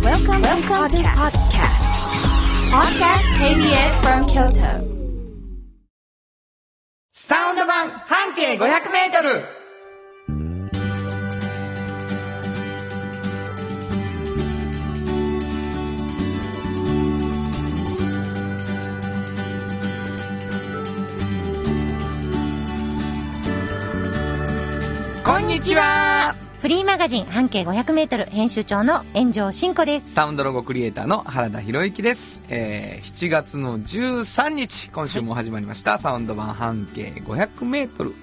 Welcome to podcast KBS from Kyoto. サウンド版半径500メートル。こんにちは。 フリーマガジン半径500メートル編集長の炎上真子です。 サウンドロゴクリエイターの原田博之です。7月の13日、今週も始まりました、はい、サウンド版半径500メートル。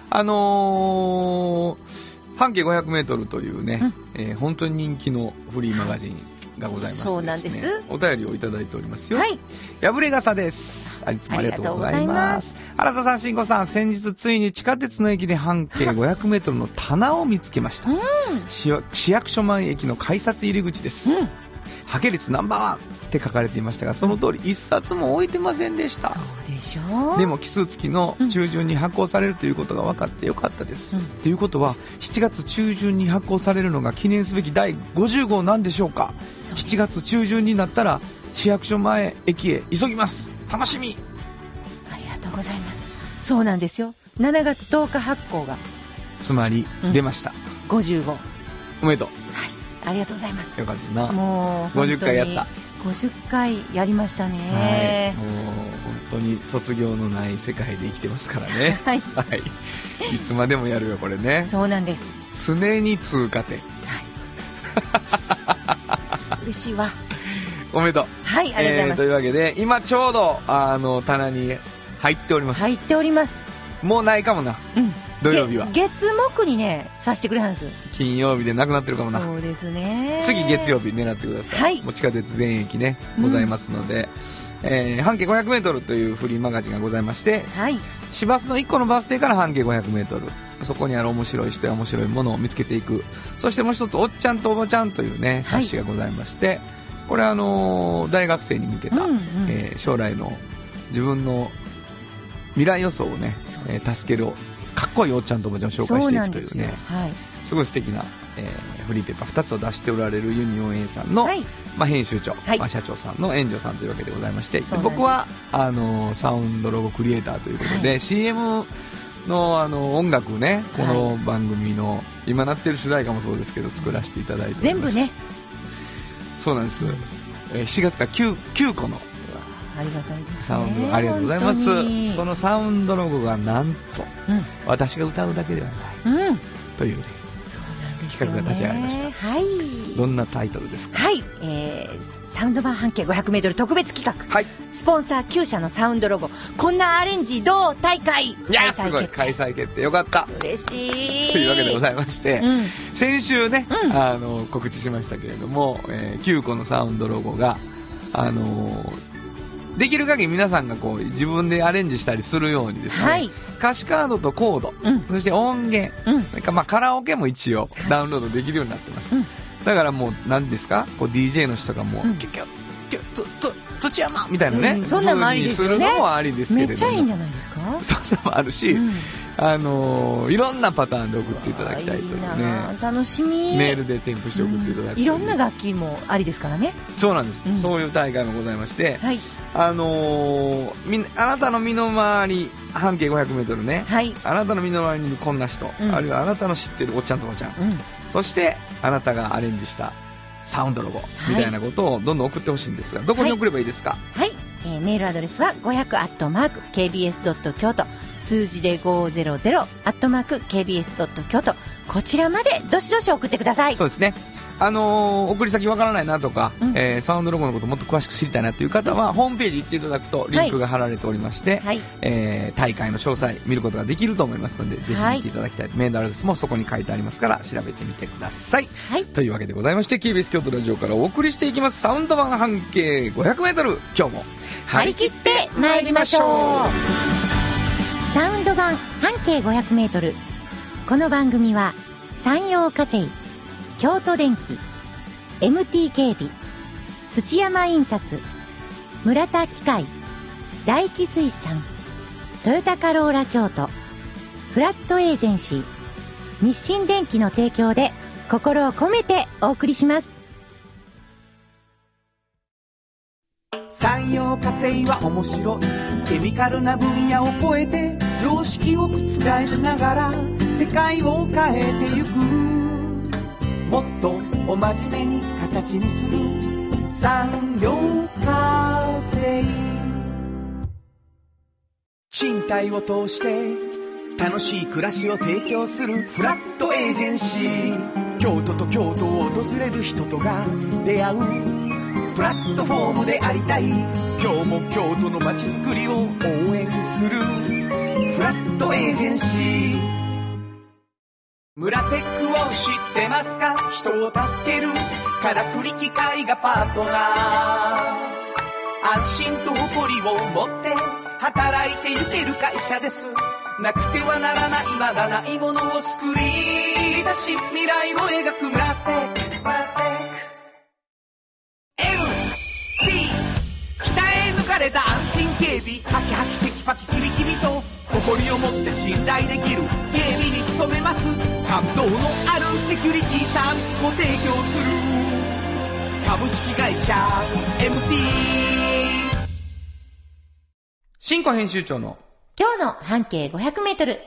半径500メートルというね、本当に人気のフリーマガジンがございましてですね、 そうなんです。 お便りをいただいておりますよ。 はい。 破れ傘です。いつもありがとうございます。原田さん、慎吾さん、先日ついに地下鉄の駅で半径500メートルの棚を見つけました。市役所前駅の改札入り口です。はけ率ナンバーワンって書かれていましたが、その通り一冊も置いてませんでした。 そうでしょう。 でも奇数月の中旬に発行されるということが分かってよかったです。ということは7月中旬に発行されるのが記念すべき第50号なんでしょうか。7月中旬になったら市役所前駅へ急ぎます。楽しみ。 ありがとうございます。そうなんですよ。7月10日発行がつまり出ました、 50号。 おめでとう。 はい、ありがとうございます。 よかったな。 もう 50回やった。 50回やりましたね。 はい、もう本当に卒業のない世界で生きてますからね。 はい、 はい、いつまでもやるよこれね。 そうなんです。 常に通過点。 はい、嬉しいわ。 おめでとう。 はい、ありがとうございます。 というわけで今ちょうど棚に入っております。 入っております。 もうないかもな、土曜日は月木にねさしてくれはるんです。 金曜日でなくなってるかもな。 そうですね。 次月曜日狙ってください。はい、もう地下鉄全駅ねございますので、半径 500m というフリーマガジンがございまして、はい、市バスの1個のバス停から半径 500m、 そこにある面白い人や面白いものを見つけていく。そしてもう一つおっちゃんとおばちゃんというね冊子がございまして、はい、これ大学生に向けた、将来の自分の未来予想をね、助けるかっこいいおっちゃんとおばちゃんを紹介していくというね、はい、すごい素敵な、フリーペーパー2つを出しておられるユニオン A さんの、はい、編集長、はい、社長さんの援助さんというわけでございまして、で僕はサウンドロゴクリエイターということで、はい、CM の、音楽ね、この番組の、今なってる主題歌もそうですけど作らせていただいておりまして、全部ね、そうなんです、7月から 9個のありがたいですね。 サウンドありがとうございます。そのサウンドロゴがなんと、私が歌うだけではない、というね、企画が立ち上がりました。はい、どんなタイトルですか。 はい、サウンド版半径 500m 特別企画、はい、スポンサー9社のサウンドロゴこんなアレンジどう大会。いやすごい、開催決定よかった。 嬉しいというわけでございまして、先週ね、告知しましたけれども、9個のサウンドロゴができる限り皆さんがこう自分でアレンジしたりするようにですね、はい、歌詞カードとコード、そして音源、それからカラオケも一応ダウンロードできるようになってます、だからもう何ですか、こう DJ の人がもう、キュッキュッキュッ土山みたいなね、 そんなのもありですよね。 するのもありですけれども、 めっちゃいいんじゃないですか。 そんなのもあるし、いろんなパターンで送っていただきたいというね。 楽しみ。 メールで添付して送っていただきたい、 いろんな楽器もありですからね。 そうなんです、そういう大会もございまして、はい、あなたの身の回り半径 500m ね、はい、あなたの身の回りにいるこんな人、あるいはあなたの知ってるおっちゃんとおばちゃん、そしてあなたがアレンジしたサウンドロゴみたいなことをどんどん送ってほしいんですが、どこに送ればいいですか。 はい、メールアドレスは 500@kbs.kyoto 数字で 500@kbs.kyoto こちらまでどしどし送ってください。 そうですね、送り先わからないなとか、サウンドロゴのこともっと詳しく知りたいなという方は、ホームページ行っていただくとリンクが貼られておりまして、はい、大会の詳細見ることができると思いますので、ぜひ見ていただきたい、メールアドレスもそこに書いてありますから調べてみてください、はい、というわけでございまして KBS 京都ラジオからお送りしていきますサウンド版半径 500m、 今日も張り切ってまいりましょう。サウンド版半径 500m、 この番組は山陽火星、京都電機、 MT 警備、土山印刷、村田機械、大気水産、トヨタカローラ京都、フラットエージェンシー、日清電機の提供で心を込めてお送りします。 産業化成は面白い。ケミカルな分野を超えて常識を覆しながら世界を変えてゆく。もっとお真面目に形にする産業化成。賃貸を通して楽しい暮らしを提供するフラットエージェンシー。京都と京都を訪れる人とが出会うプラットフォームでありたい。今日も京都の街づくりを応援するフラットエージェンシー。村テックを知ってますか？人を助けるからくり機械がパートナー。安心と誇りを持って働いてゆける会社です。なくてはならないまだないものを作り出し未来を描く村テック。北へ抜かれた安心警備、ハキハキテキパキキビキビと誇りを持って信頼できる警備に努めます。感動のあるセキュリティサービスも提供する株式会社 MT。 新庫編集長の今日の半径500メートル。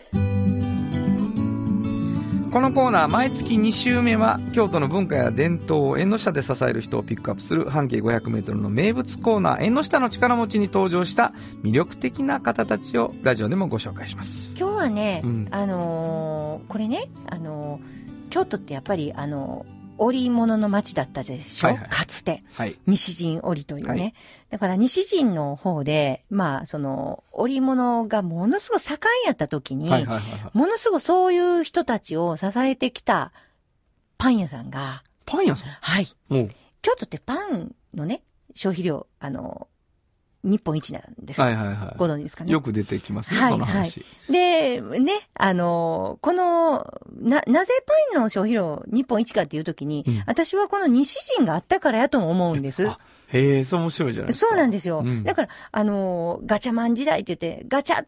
このコーナー毎月2週目は京都の文化や伝統を縁の下で支える人をピックアップする半径500メートルの名物コーナー、縁の下の力持ちに登場した魅力的な方たちをラジオでもご紹介します。 今日はね、これね、京都ってやっぱり織物の町だったでしょ、はいはい、かつて、はい、西陣織というね、はい、だから西陣の方でその織物がものすごく盛んやった時に、はいはいはいはい、ものすごくそういう人たちを支えてきたパン屋さんが。 パン屋さん？ はい。京都ってパンのね消費量日本一なんです。 はいはいはい。 ご存知ですかね。 よく出てきますね、はい、その話。 はい。で、ね、この、なぜパンの消費量日本一かっていうときに、私はこの西陣があったからやとも思うんです。 へえ、そう面白いじゃないですか。 そうなんですよ。だから、ガチャマン時代って言って、ガチャって、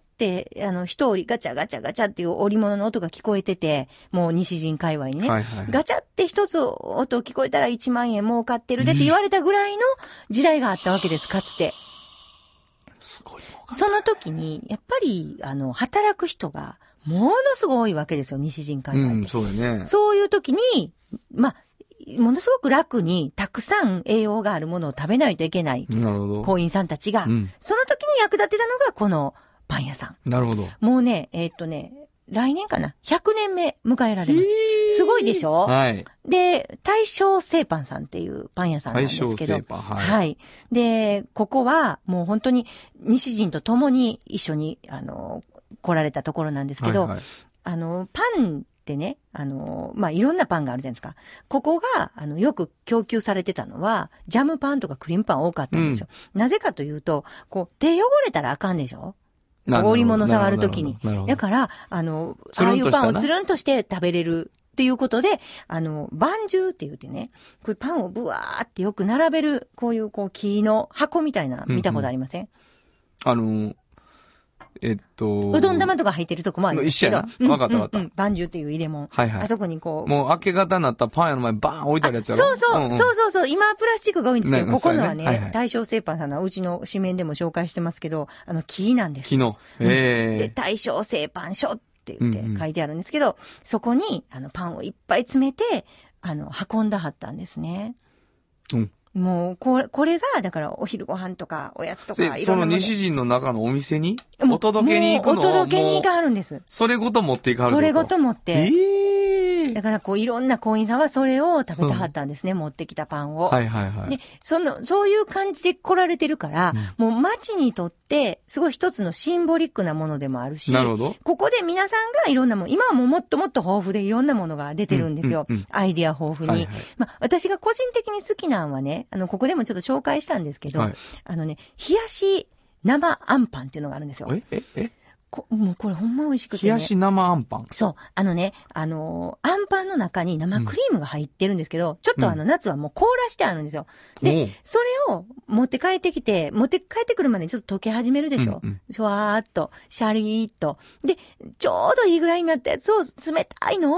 一折ガチャガチャガチャっていう織物の音が聞こえてて、もう西陣界隈にね、はいはいはい、ガチャって一つ音聞こえたら1万円儲かってるでって言われたぐらいの時代があったわけです、かつて。 すごい。 その時に、やっぱり、働く人が、ものすごい多いわけですよ、西陣界隈って。 そうよね。 そういう時に、ものすごく楽に、たくさん栄養があるものを食べないといけない。なるほど。行員さんたちが、その時に役立てたのが、このパン屋さん。 なるほど。 もうね、来年かな ?100 年目迎えられます。すごいでしょ？はい。で、大正製パンさんっていうパン屋さんなんですけど。大正製パン、はい。はい。で、ここはもう本当に西陣と共に一緒に、来られたところなんですけど、はいはい、パンってね、いろんなパンがあるじゃないですか。ここが、よく供給されてたのは、ジャムパンとかクリームパン多かったんですよ。なぜかというと、手汚れたらあかんでしょ？織物触るときに。だから、ああいうパンをつるんとして食べれるっていうことで、バンジューって言ってね、こういうパンをブワーってよく並べる、こういう木の箱みたいな、見たことありません？うどん玉とか入ってるとこもありますけど。 一緒やな。わかったわかった。 バンジューっていう入れ物。 はいはい。 あそこにこう。 もう明け方になったらパン屋の前にバーン置いてあるやつやろ。 そう。今プラスチックが多いんですけど、ここのはね、大正製パンさんのうちの紙面でも紹介してますけど、木なんです。 木の。 で、大正製パン所って言って書いてあるんですけど、そこに、パンをいっぱい詰めて、運んだはったんですね。もう、これが、だから、お昼ご飯とか、おやつとか、 その西陣の中のお店にお届けに行くのはお届けにがあるんです。 それごと持っていかはる。 それごと持って。だからいろんな行員さんはそれを食べたはったんですね、持ってきたパンを。 はいはいはい。 で、そういう感じで来られてるから、もう街にとって、すごい一つのシンボリックなものでもあるし、 なるほど。 ここで皆さんがいろんなもの、今はもうもっともっと豊富でいろんなものが出てるんですよ。アイデア豊富に。はいはい、私が個人的に好きなのはね、ここでもちょっと紹介したんですけど、冷やし生あんパンっていうのがあるんですよ。もうこれほんま美味しくて、ね。 冷やし生あんパン。 そう。あんパンの中に生クリームが入ってるんですけど、ちょっと夏はもう凍らしてあるんですよ。で、それを持って帰ってくるまでにちょっと溶け始めるでしょ。シュワーっと、シャリーっと。で、ちょうどいいぐらいになったやつを冷たいのを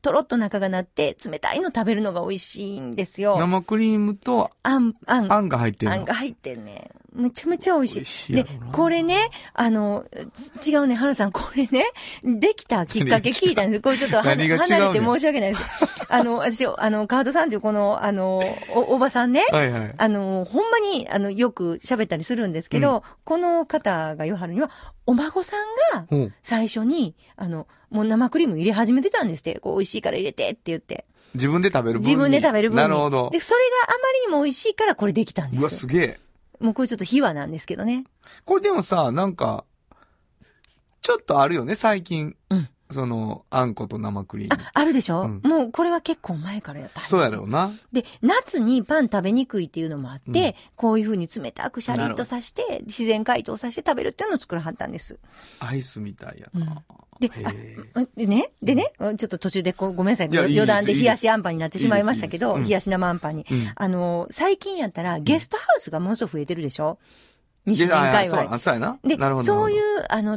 とろっと中がなって、冷たいの食べるのが美味しいんですよ。 生クリームと、あんが入ってるの。 あんが入ってんね。めちゃめちゃ美味しい。で、これね、違うね、はるさん、これね、できたきっかけ聞いたんです。これちょっと離れて申し訳ないです。私、川戸さんというこの、おばさんね、 はいはい。 ほんまに、よく喋ったりするんですけど、この方が言わはるには、お孫さんが、最初に、もう生クリーム入れ始めてたんですって。こう、美味しいから入れてって言って。 自分で食べる分に。 自分で食べる分に。 なるほど。 で、それがあまりにも美味しいからこれできたんです。 うわ、すげえ。 もうこれちょっと秘話なんですけどね。 これでもさ、なんか、ちょっとあるよね、最近。うん。あんこと生クリーム。 あるでしょ、うん、もうこれは結構前からやった。 そうやろうな。 で、夏にパン食べにくいっていうのもあって、こういう風に冷たくシャリッとさして、自然解凍させて食べるっていうのを作らはったんです。 アイスみたいやな。 でね、ちょっと途中でごめんなさい。余談で冷やしあんパンになってしまいましたけど、冷やし生あんパンに。最近やったらゲストハウスがものすごく増えてるでしょ西人界隈。 そうやな。 で、そういう、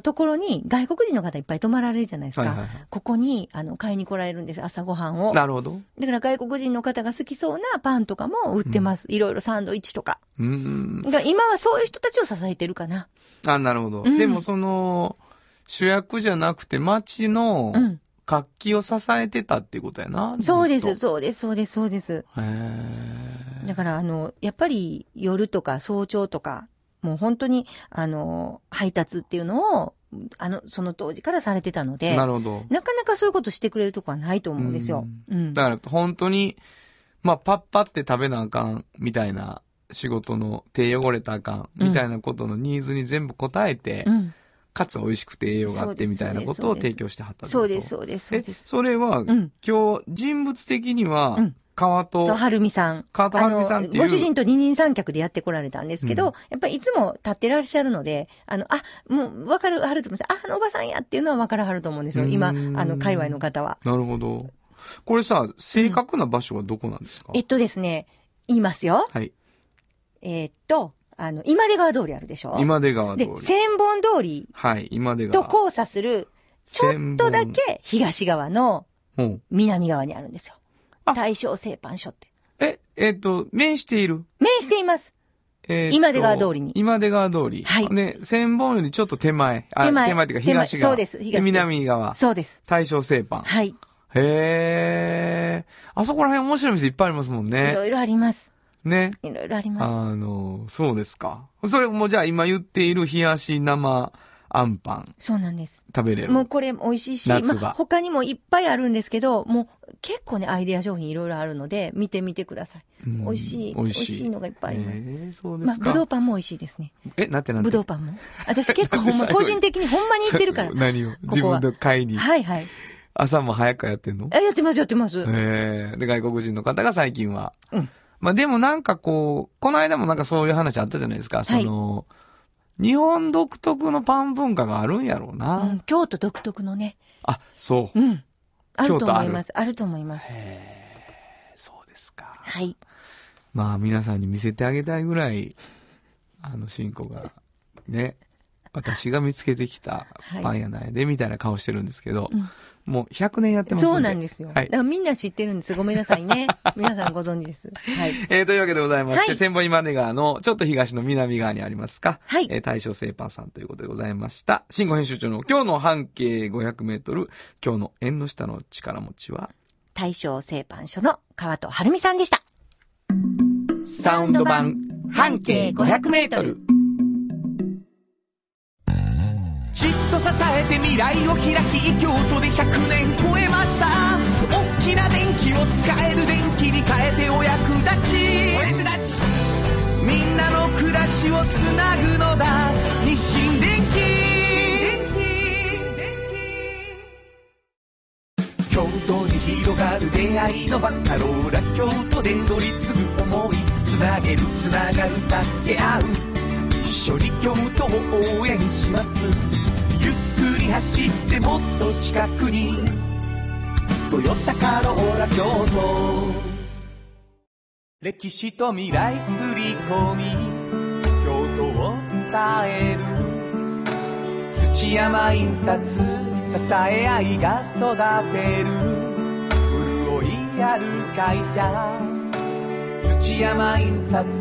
ところに外国人の方いっぱい泊まられるじゃないですか。はいはいはい、ここに、買いに来られるんです、朝ごはんを。 なるほど。 だから外国人の方が好きそうなパンとかも売ってます。いろいろサンドイッチとか。だから今はそういう人たちを支えてるかな。 なるほど。でも主役じゃなくて街の活気を支えてたっていうことやな。 そうです、そうです、そうです、そうです。だから、やっぱり夜とか早朝とか、もう本当に、配達っていうのを、その当時からされてたので、 なるほど。 なかなかそういうことしてくれるとこはないと思うんですよ。 だから本当に、パッパって食べなあかん、みたいな仕事の手汚れたあかん、みたいなことのニーズに全部応えて、かつ美味しくて栄養があってみたいなことを提供してはったんです。 そうです、そうです、そうです。 それは、今日、人物的には、川戸春美さん。 川戸春美さんっていう。 ご主人と二人三脚でやってこられたんですけど、やっぱりいつも立ってらっしゃるので、もう分かるはると思うんです。おばさんやっていうのは分からはると思うんですよ。今、界隈の方は。 なるほど。これさ、正確な場所はどこなんですか？ ですね、言いますよ。 はい。 今出川通りあるでしょ？ 今出川通り。 で、千本通り。 はい、今出川。 と交差する、ちょっとだけ東側の南側にあるんですよ。大正製パン所って。 面している？ 面しています。今出川通りに。 今出川通り。はい。ね、千本よりちょっと手前。手前っていうか東側。 そうです、東。 南側。 そうです。 大正製パン。 はい。 へー。あそこら辺面白い店いっぱいありますもんね。 いろいろあります。 ね。 いろいろあります。 そうですか。それもじゃあ今言っている冷やし生あんパン。 そうなんです。 食べれる。 もうこれ美味しいし、他にもいっぱいあるんですけど、もう結構ね、アイデア商品いろいろあるので、見てみてください。美味しいのがいっぱいあります。 そうですか。 ぶどうパンも美味しいですね。 なんてぶどうパンも。私結構個人的にほんまに言ってるから。 何を自分で買いに。 はいはい。 朝も早くやってんの？ やってます、やってます。 で、外国人の方が最近は。でもなんかこの間もなんかそういう話あったじゃないですか。日本独特のパン文化があるんやろうな。 京都独特のね。 そう。 あると思います。あると思います。 そうですか。 はい。 皆さんに見せてあげたいぐらい、しんこが、ね、私が見つけてきたパンやないで、みたいな顔してるんですけど、もう100年やってますんで。 そうなんですよ。はい。だからみんな知ってるんです。ごめんなさいね。皆さんご存知です。はい。 というわけでございまして、千本今出川のちょっと東の南側にありますか。 はい。 大正製パンさんということでございました。新語編集長の今日の半径500メートル、今日の縁の下の力持ちは、 大正製パン所の川戸春美さんでした。 サウンド版半径500メートル。じっと支えて未来を開き、京都で100年超えました。大きな電気を使える電気に変えてお役立ち、みんなの暮らしをつなぐのだ、日清電気。京都に広がる出会いのバカローラ京都で乗り継ぐ想い、つなげるつながる助け合う、一緒に京都を応援します。ゆっくり走ってもっと近くに、トヨタカローラ京都。歴史と未来すり込み、京都を伝える土山印刷、支え合いが育てるある会社土山印刷。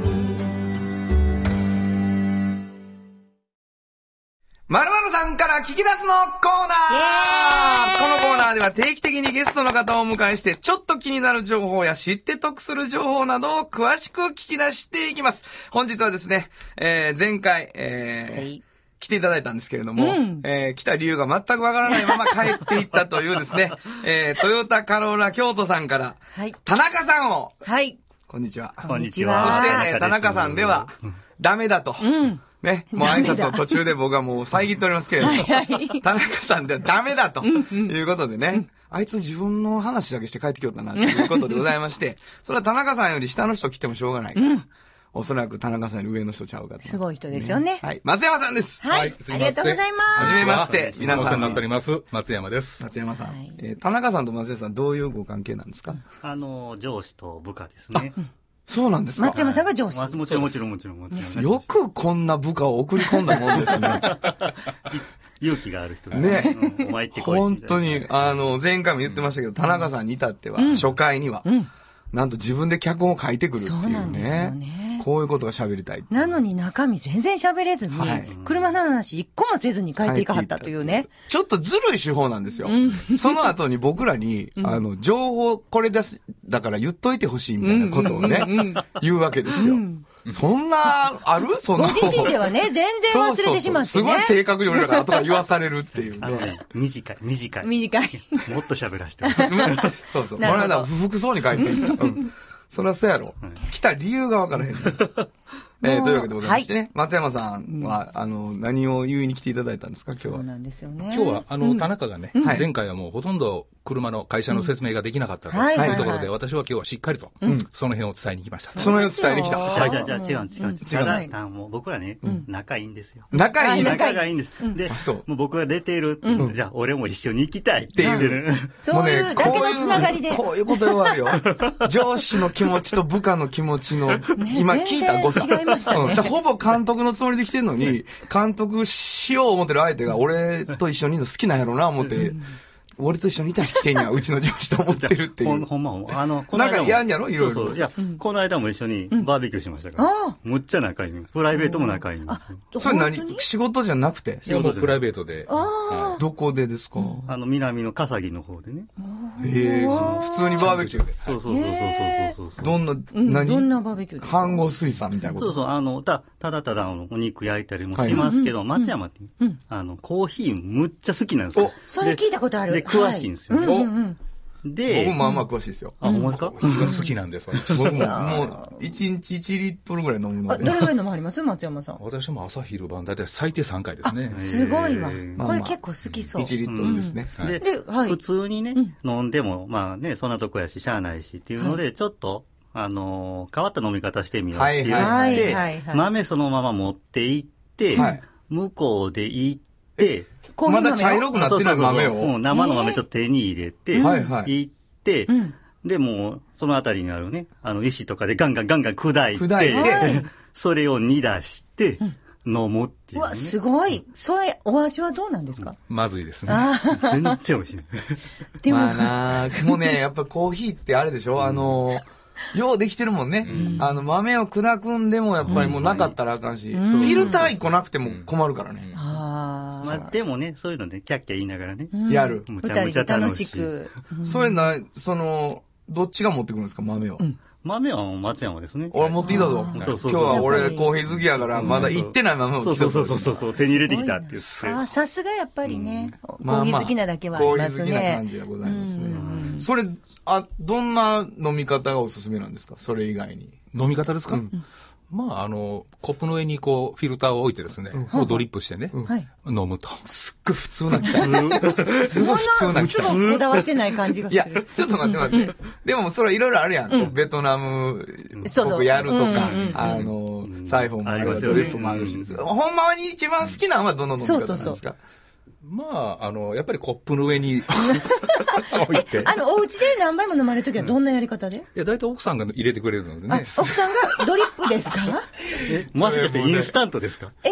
〇〇さんから聞き出すのコーナー。このコーナーでは定期的にゲストの方をお迎えしてちょっと気になる情報や知って得する情報などを詳しく聞き出していきます。本日はですね、前回、来ていただいたんですけれども、来た理由が全くわからないまま帰っていったというですね、トヨタカローラ京都さんから、田中さんを、こんにちは。 こんにちは。 そして、田中さんでは、ダメだと。ね、もう挨拶を途中で僕はもう遮っておりますけれども、田中さんではダメだということでね、あいつ自分の話だけして帰ってきよったなということでございまして、それは田中さんより下の人来てもしょうがないから、おそらく田中さんより上の人ちゃうかと。 すごい人ですよね。 はい。松山さんです。 はい。ありがとうございます。 はじめまして。 皆さん。お世話になっております。松山です。 松山さん。田中さんと松山さんどういうご関係なんですか？ 上司と部下ですね。 そうなんですか。 松山さんが上司。 もちろん。 よくこんな部下を送り込んだもんですね。 勇気がある人ね。 お前行ってこい。 本当に、前回も言ってましたけど、田中さんに至っては、初回には、なんと自分で脚本を書いてくるっていうね。そうなんですよね。こういうことが喋りたい。 なのに中身全然喋れずに、車の話一個もせずに帰っていかはったというね。 ちょっとずるい手法なんですよ。その後に僕らに、情報これだから言っといてほしいみたいなことをね、言うわけですよ。そんな、あるその。 ご自身ではね、全然忘れてしまってね。 すごい正確に俺らが後から言わされるっていうね。 短い。もっと喋らせてほしい。 そう。この間、服装に書いていた。そりゃそうやろ。来た理由が分からへん。というわけでございましてね。松山さんは、何を言いに来ていただいたんですか、今日は。 そうなんですよね。 今日は、田中がね、前回はもうほとんど車の会社の説明ができなかったというところで、私は今日はしっかりと、その辺を伝えに来ました。 その辺を伝えに来た。 じゃあ違うんです。もう僕らね、仲いいんですよ。 仲いいんです。で、もう僕が出ている、じゃあ俺も一緒に行きたいっていう。 そういうだけのつながりで。 こういうこと言われるよ。上司の気持ちと部下の気持ちの、今聞いた誤差。ほぼ監督のつもりで来てんのに、監督しよう思ってる相手が俺と一緒にいるの好きなんやろうな思って、俺と一緒にいたら来てんや、うちの上司と思ってるっていう。 ほんま、 なんかやんやろいろいろ。 そう。いや、この間も一緒にバーベキューしましたから。むっちゃ仲いい。プライベートも仲いいんですよ。 それ仕事じゃなくて？ 仕事プライベートで。 どこでですか？ 南の笠木の方でね。 普通にバーベキューで。 そう。 どんなバーベキュー飯合水産みたいなこと？ そう。ただお肉焼いたりもしますけど、松山って、コーヒーむっちゃ好きなんですよ。 それ聞いたことある。 で、詳しいんですよ。で、 僕もまあ詳しいですよ。 ほんまですか？ コーヒーが好きなんです、私。僕も、1日1リットルぐらい飲むので。 どれぐらい飲まれます松山さん。 私も朝昼晩だいたい最低3回ですね。 すごいわ。これ結構好きそう。 1リットルですね。 で、普通にね、飲んでも、まあね、そんなとこやし、しゃあないしっていうので、ちょっと、変わった飲み方してみようって言って、豆そのまま持って行って、向こうで行って、 まだ茶色くなってない豆を。 生の豆ちょっと手に入れて、行って、で、もう、そのあたりにあるね、石とかでガンガン砕いて、それを煮出して、飲むっていう。 うわ、すごい。それ、お味はどうなんですか？ まずいですね。全然美味しい。 でももうね、やっぱコーヒーってあれでしょ？ようできてるもんね。豆を砕くんでもやっぱりもうなかったらあかんし、フィルター1個なくても困るからね。 まあでもね、そういうのでキャッキャ言いながらね。 やる。 むちゃむちゃ楽しく。 それどっちが持ってくるんですか、豆を。 豆は松山ですね。 俺持ってきたぞ。今日は俺コーヒー好きやからまだ行ってない豆をそう、手に入れてきたって言って。 さすがやっぱりね、コーヒー好きなだけはありますね。 コーヒー好きな感じがございますね。それ、どんな飲み方がおすすめなんですか？それ以外に。 飲み方ですか？まあ、コップの上にこう、フィルターを置いてですね、もうドリップしてね、飲むと。 すっごい普通なすごい普通なこだわってない感じがする。 いや、ちょっと待って。でも、それいろいろあるやん。ベトナム、僕やるとか、サイフォンもあるし、ドリップもあるし。ほんまに一番好きなのはどの飲み方なんですか？ まあ、やっぱりコップの上に置いて。 お家で何杯も飲まれるときはどんなやり方で？いや、大体奥さんが入れてくれるのでね。 奥さんがドリップですか？ もしかしてインスタントですか？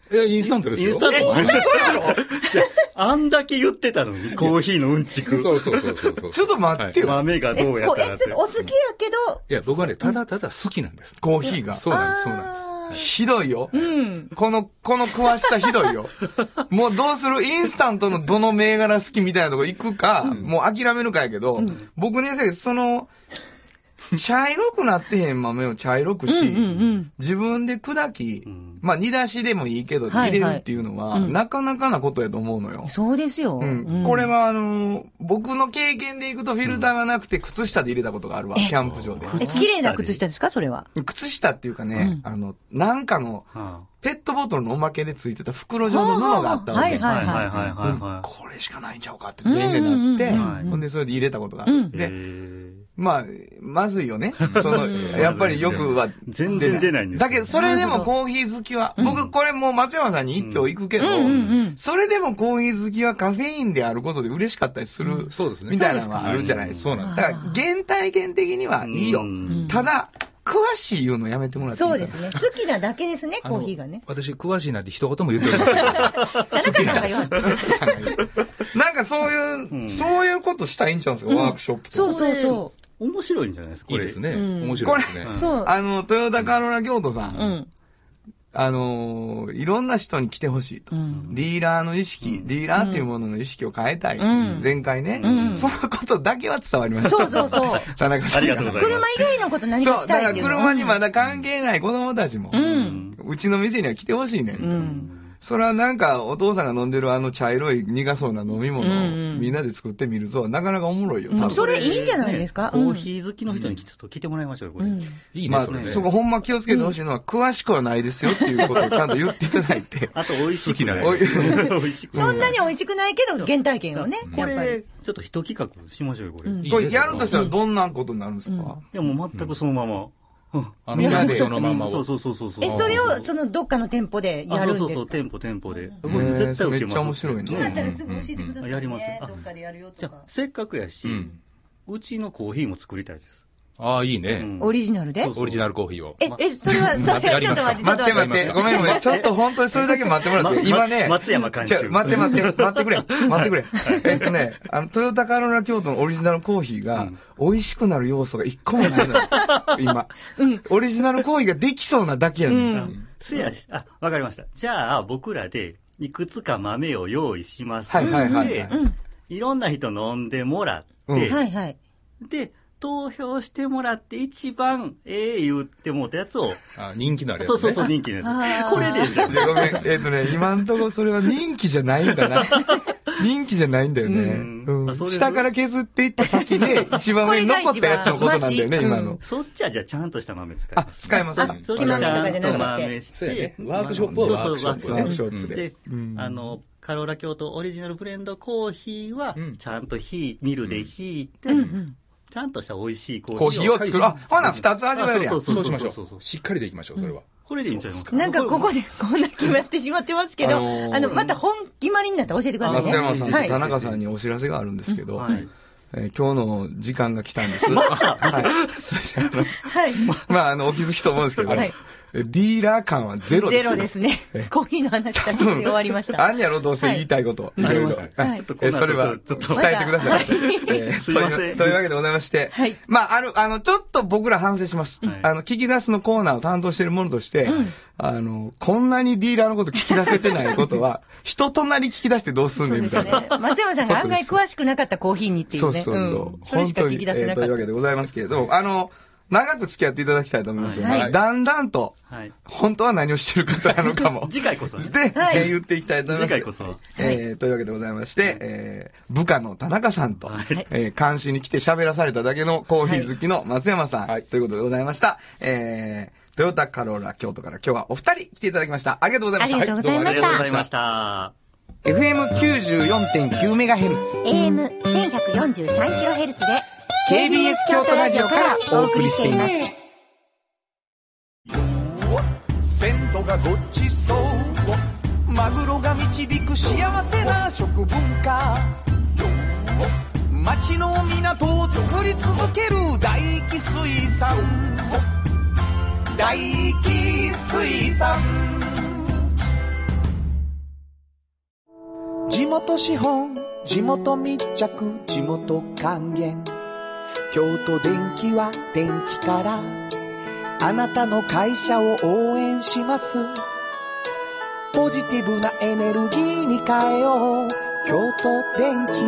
インスタントですよ。 インスタントじゃあんだけ言ってたのに、コーヒーのうんちく。 そう。ちょっと待ってよ。 豆がどうやったらって。 お好きやけど。 いや、僕はね、ただ好きなんです。 コーヒーが。 そうなんです。 ひどいよ。この詳しさひどいよ。もうどうする？インスタントのどの銘柄好きみたいなとこ行くか、もう諦めるかやけど、僕ね、茶色くなってへん豆を茶色くし、自分で砕き、まあ煮出しでもいいけど入れるっていうのは、なかなかなことやと思うのよ。 そうですよ。 これは僕の経験でいくとフィルターがなくて靴下で入れたことがあるわ、キャンプ場で。 綺麗な靴下ですか、それは。 靴下っていうかね、なんかの、ペットボトルのおまけでついてた袋状の布があったわけ。これしかないんちゃうかって全員でなって、ほんでそれで入れたことがある。で、まあ、まずいよね。やっぱりよくは。 全然出ないんです。 だけど、それでもコーヒー好きは、僕これもう松山さんに一票行くけど、それでもコーヒー好きはカフェインであることで嬉しかったりする。 そうですね。 みたいなのがあるじゃないですか。だから、原体験的にはいいよ。ただ、詳しい言うのやめてもらっていいかな。 そうですね。好きなだけですね、コーヒーがね。 私、詳しいなんて一言も言っておりません。 好きなんです。 なんかそういうことしたらいいんちゃうんですか、ワークショップとか。 そう。 面白いんじゃないですか。 いいですね。面白いですね。 トヨタカローラ京都さん。いろんな人に来てほしいと。ディーラーの意識、ディーラーっていうものの意識を変えたい。前回ね。そのことだけは伝わりました。 そう。 田中さん。ありがとうございます。 車以外のこと何かしたいっていうの。 だから車にまだ関係ない子供たちも、うちの店には来てほしいねん。それはなんかお父さんが飲んでる茶色い苦そうな飲み物をみんなで作ってみるとなかなかおもろいよ。 それいいんじゃないですか。 コーヒー好きの人にちょっと聞いてもらいましょうよ、これ。 いいね。 そこほんま気をつけてほしいのは詳しくはないですよっていうことをちゃんと言っていただいて。 あと美味しくない。 そんなに美味しくないけど原体験をね。 これ、ちょっと一企画しましょうよ、これ。 これやるとしたらどんなことになるんですか？ いやもう全くそのまま。 みんなでそのままを。そう。それをどっかの店舗でやるんですか？ そう、店舗で。これ絶対受けます。 めっちゃ面白いね。 気になったらすぐ教えてくださいね。 やります。 どっかでやるよとか。 じゃあ、せっかくやし、うちのコーヒーも作りたいです。 ああ、いいね。 オリジナルで？ オリジナルコーヒーを。 それは、ちょっと待って。ごめん。ちょっと本当にそれだけ待ってもらって。今ね。 松山監修。 待ってくれ。トヨタカローラ京都のオリジナルコーヒーが、美味しくなる要素が一個もないのよ。今。オリジナルコーヒーができそうなだけやねん。 わかりました。じゃあ、僕らで、いくつか豆を用意します。 で、 いろんな人飲んでもらって、で、投票してもらって一番言ってもうたやつを。 人気のあるやつ、ね。 そう、人気のやつ。これでじゃん。 ごめん。今んとこそれは人気じゃないんだな。人気じゃないんだよね。下から削っていった先で一番上に残ったやつのことなんだよね、今の。 そっちはじゃあちゃんとした豆使います。 使います。 そっちはちゃんと豆して。 ワークショップはワークショップで。 カローラ京都オリジナルブレンドコーヒーは、ちゃんとミルでひいて、ちゃんとした美味しいコーヒーを作る。ほな、二つ味わえるやん。 そうしましょう。しっかりでいきましょう、それは。 これでいいんちゃいますか？ なんかここでこんな決まってしまってますけど、また本決まりになったら教えてくださいね。 松山さんと田中さんにお知らせがあるんですけど、今日の時間が来たんです。まあ、お気づきと思うんですけど、ディーラー感はゼロです。 ゼロですね。コーヒーの話だけで終わりました。 あんやろ、どうせ言いたいこと。いろいろ。それは、ちょっと伝えてください。 すいません。 というわけでございまして、まあ、ちょっと僕ら反省します。聞き出すのコーナーを担当しているものとして、こんなにディーラーのこと聞き出せてないことは、人となり聞き出してどうすんねんみたいな。 松山さんが案外詳しくなかったコーヒーにっていうね。 そう。本当に。というわけでございますけれど、長く付き合っていただきたいと思いますので、だんだんと、本当は何をしてる方なのかも。 次回こそ。 で、言っていきたいと思います。 次回こそ。 というわけでございまして、部下の田中さんと、監視に来て喋らされただけのコーヒー好きの松山さん、ということでございました。トヨタカローラ京都から今日はお二人来ていただきました。ありがとうございました。 ありがとうございました。 ありがとうございました。 FM94.9MHz。 AM1143kHz で、 KBS 京都ラジオからお送りしています。 鮮度がごちそうマグロが導く幸せな食文化町の港を作り続ける大気水産大気水産元資本、地元密着、地元還元。京都電気は電気から、あなたの会社を応援します。ポジティブなエネルギーに変えよう。京都電気。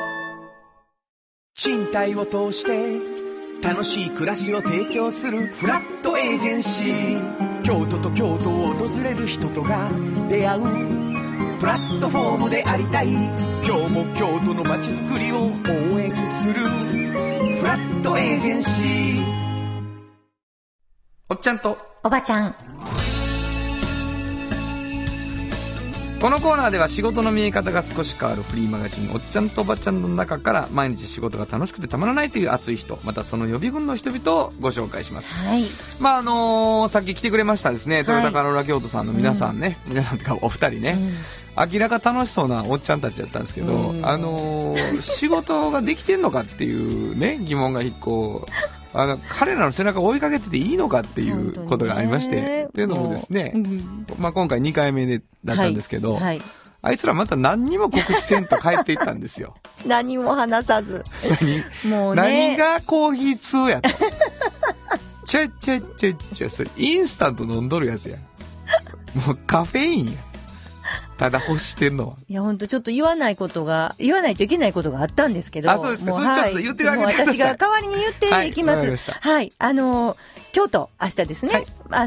賃貸を通して楽しい暮らしを提供するフラットエージェンシー。京都と京都を訪れる人とが出会うプラットフォームでありたい。今日も京都の街づくりを応援するフラットエージェンシー。 おっちゃんとおばちゃん。 このコーナーでは仕事の見え方が少し変わるフリーマガジンおっちゃんとおばちゃんの中から毎日仕事が楽しくてたまらないという熱い人、またその予備軍の人々をご紹介します。 はい。 まあさっき来てくれましたですね、トヨタカローラ京都さんの皆さんね、皆さんってかお二人ね、明らか楽しそうなおっちゃんたちだったんですけど、仕事ができてんのかっていうね疑問が一個彼らの背中を追いかけてていいのかっていうことがありまして、っていうのもですね、まあ、今回2回目だったんですけど、はいはい、あいつらまた何にも告知せんと帰っていったんですよ。 何も話さず。 もうね、何がコーヒー通やと。ちょ、それインスタント飲んどるやつや。もうカフェインや。ただ欲してるのは。 いや、ほんとちょっと言わないといけないことがあったんですけど。 あ、そうですか。それちょっと言ってあげてください。 私が代わりに言っていきます。はい。京都、明日ですね。はい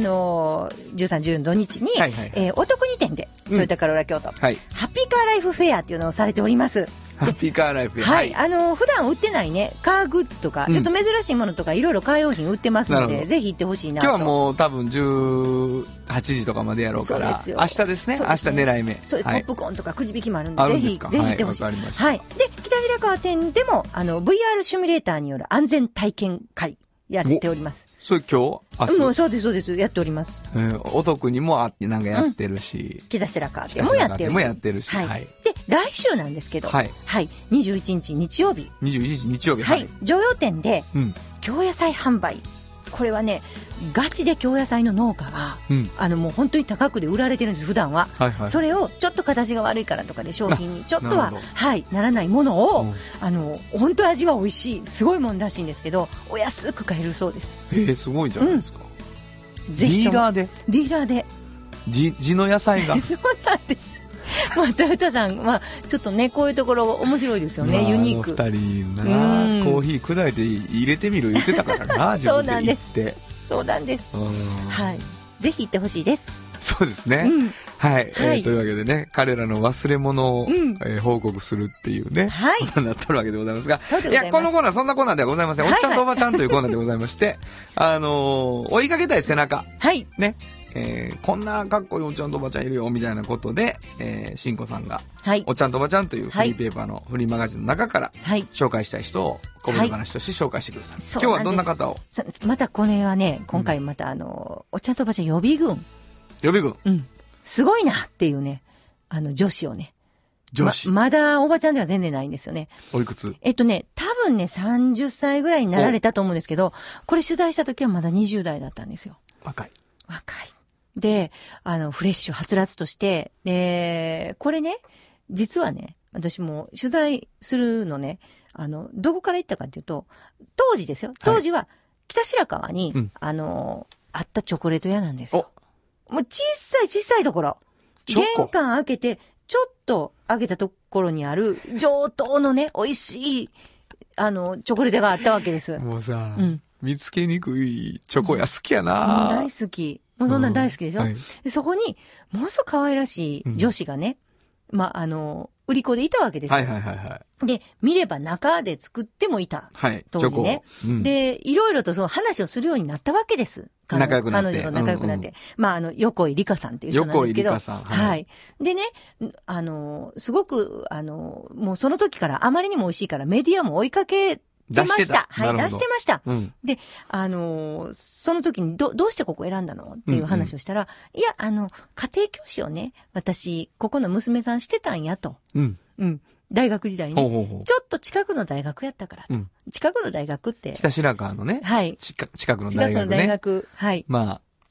、13、14土日に、はいはいはい、お得に店で、トヨタカローラ京都、はい、ハッピーカーライフフェアっていうのをされております。 ハッピーカーライフフェア。 はい。普段売ってないね、カーグッズとか、ちょっと珍しいものとか、いろいろカー用品売ってますので、ぜひ行ってほしいなと。 今日はもう多分18時とかまでやろうから、明日ですね。明日狙い目。 そう、ポップコーンとかくじ引きもあるんで、ぜひ行ってほしい。 はい。 はい。で、北平川店でも、VR シミュレーターによる安全体験会。やっております。 それ今日明日もうそうです、やっております。 お得にもなんかやってるし。 北白川店もやってるし。はい。 で、来週なんですけど、はい。21日日曜日。はい。常陽店で、京野菜販売。これはね、ガチで京野菜の農家が、もう本当に高くで売られてるんです、普段は。はいはい。それを、ちょっと形が悪いからとかで商品にちょっとは、はい、ならないものを、本当に味は美味しい、すごいもんらしいんですけど、お安く買えるそうです。 すごいじゃないですか。 ぜひとも。 ディーラーで。 地の野菜が。 そうなんです。まあ、トヨタさん、まあ、ちょっとね、こういうところ面白いですよね、ユニーク。 二人な、コーヒー砕いて入れてみる言ってたからな、自分で言って。 そうなんです。はい。ぜひ行ってほしいです。 そうですね。はい。というわけでね、彼らの忘れ物を報告するっていうね、ことになってるわけでございますが、いや、このコーナー、そんなコーナーではございません。おっちゃんとおばちゃんというコーナーでございまして、追いかけたい背中。はい。ね。こんなかっこいいおっちゃんとおばちゃんいるよ、みたいなことで、しんこさんが、おっちゃんとおばちゃんというフリーペーパーのフリーマガジンの中から、紹介したい人を、小ぶり話として紹介してください。今日はどんな方を？ またこれはね、今回またおっちゃんとおばちゃん予備軍。すごいなっていうね、女子をね。 女子。 まだおばちゃんでは全然ないんですよね。 おいくつ？ 多分ね、30歳ぐらいになられたと思うんですけど、これ取材した時はまだ20代だったんですよ。 若い。 で、フレッシュ、はつらつとして、で、これね、実はね、私も取材するのね、どこから行ったかっていうと、当時ですよ。当時は、北白川に、あったチョコレート屋なんですよ。もう小さいところ。玄関開けて、ちょっと開けたところにある、上等のね、美味しい、チョコレートがあったわけです。 もうさ、見つけにくいチョコ屋好きやな、 大好き。もうそんなん大好きでしょ、でそこに、ものすごく可愛らしい女子がね、まあ、売り子でいたわけですよ。で、見れば中で作ってもいた。当時ね。で、いろいろとその話をするようになったわけです。 仲良くなって。 彼女と仲良くなって。まあ、横井理香さんっていう人なんですけど。 横井理香さん。はい。 でね、すごく、もうその時からあまりにも美味しいからメディアも追いかけ出ました。はい、出してました。で、その時にどうしてここ選んだのっていう話をしたら、いや、家庭教師をね、私、ここの娘さんしてたんやと。大学時代に。ちょっと近くの大学やったからと。近くの大学って。 北白川のね。はい。近くの大学ね。 はい。 まあ、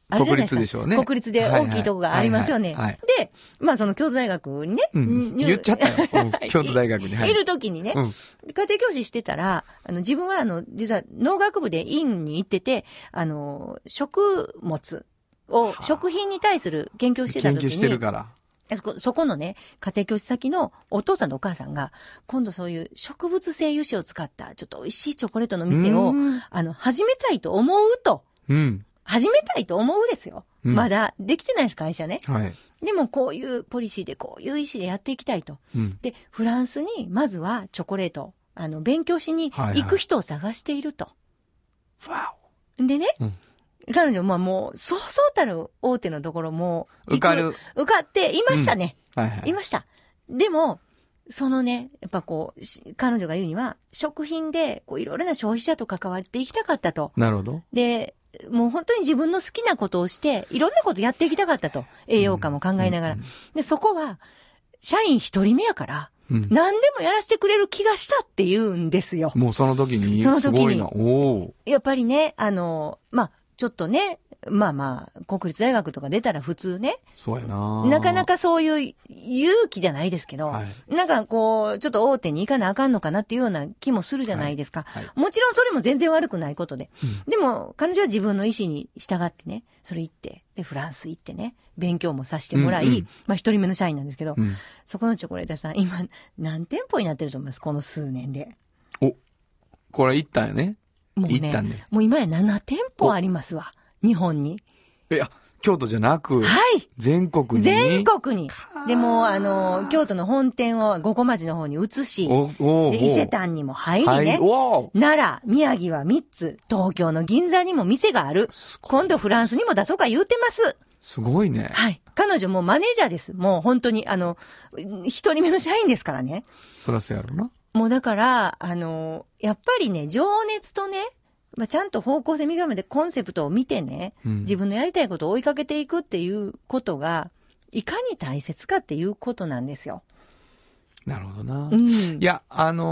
あるじゃないですか。 国立でしょうね。 国立で大きいとこがありますよね。で、まあその京都大学にね。 言っちゃったよ。京都大学に。 いるときにね、家庭教師してたら、自分は実は農学部で院に行ってて、食物を、食品に対する研究をしてたときに。 研究してるから。 そこのね、家庭教師先のお父さんとお母さんが、今度そういう植物性油脂を使った、ちょっと美味しいチョコレートの店を、始めたいと思うと。始めたいと思うですよ。まだできてないです、会社ね。でもこういうポリシーで、こういう意思でやっていきたいと。で、フランスに、まずはチョコレート、勉強しに行く人を探していると。でね、彼女もう、そうそうたる大手のところも、受かっていましたね。いました。でも、そのね、やっぱこう、彼女が言うには、食品で、こう、いろいろな消費者と関わっていきたかったと。 なるほど。 で、もう本当に自分の好きなことをして、いろんなことやっていきたかったと。栄養価も考えながら。で、そこは、社員一人目やから、何でもやらせてくれる気がしたって言うんですよ。 もうその時に、すごいな。 やっぱりね、ちょっとね、国立大学とか出たら普通ね。 そうやな。 なかなかそういう勇気じゃないですけど、なんかこう、ちょっと大手に行かなあかんのかなっていうような気もするじゃないですか。もちろんそれも全然悪くないことで。でも、彼女は自分の意思に従ってね、それ行って、で、フランス行ってね、勉強もさせてもらい、一人目の社員なんですけど、そこのチョコレート屋さん、今、何店舗になってると思います？この数年で。 これ行ったよね。 もうね、もう今や7店舗ありますわ。日本に。 京都じゃなく、全国に。 全国に。でも、京都の本店を五湖町の方に移し、伊勢丹にも入りね、奈良、宮城は3つ、東京の銀座にも店がある。今度フランスにも出そうか言うてます。 すごいね。 彼女もマネージャーです。もう本当に、一人目の社員ですからね。 そらそうやろな。 もうだから、やっぱりね、情熱とね、ちゃんと方向性見極めてコンセプトを見てね、自分のやりたいことを追いかけていくっていうことが、いかに大切かっていうことなんですよ。 なるほどな。いや、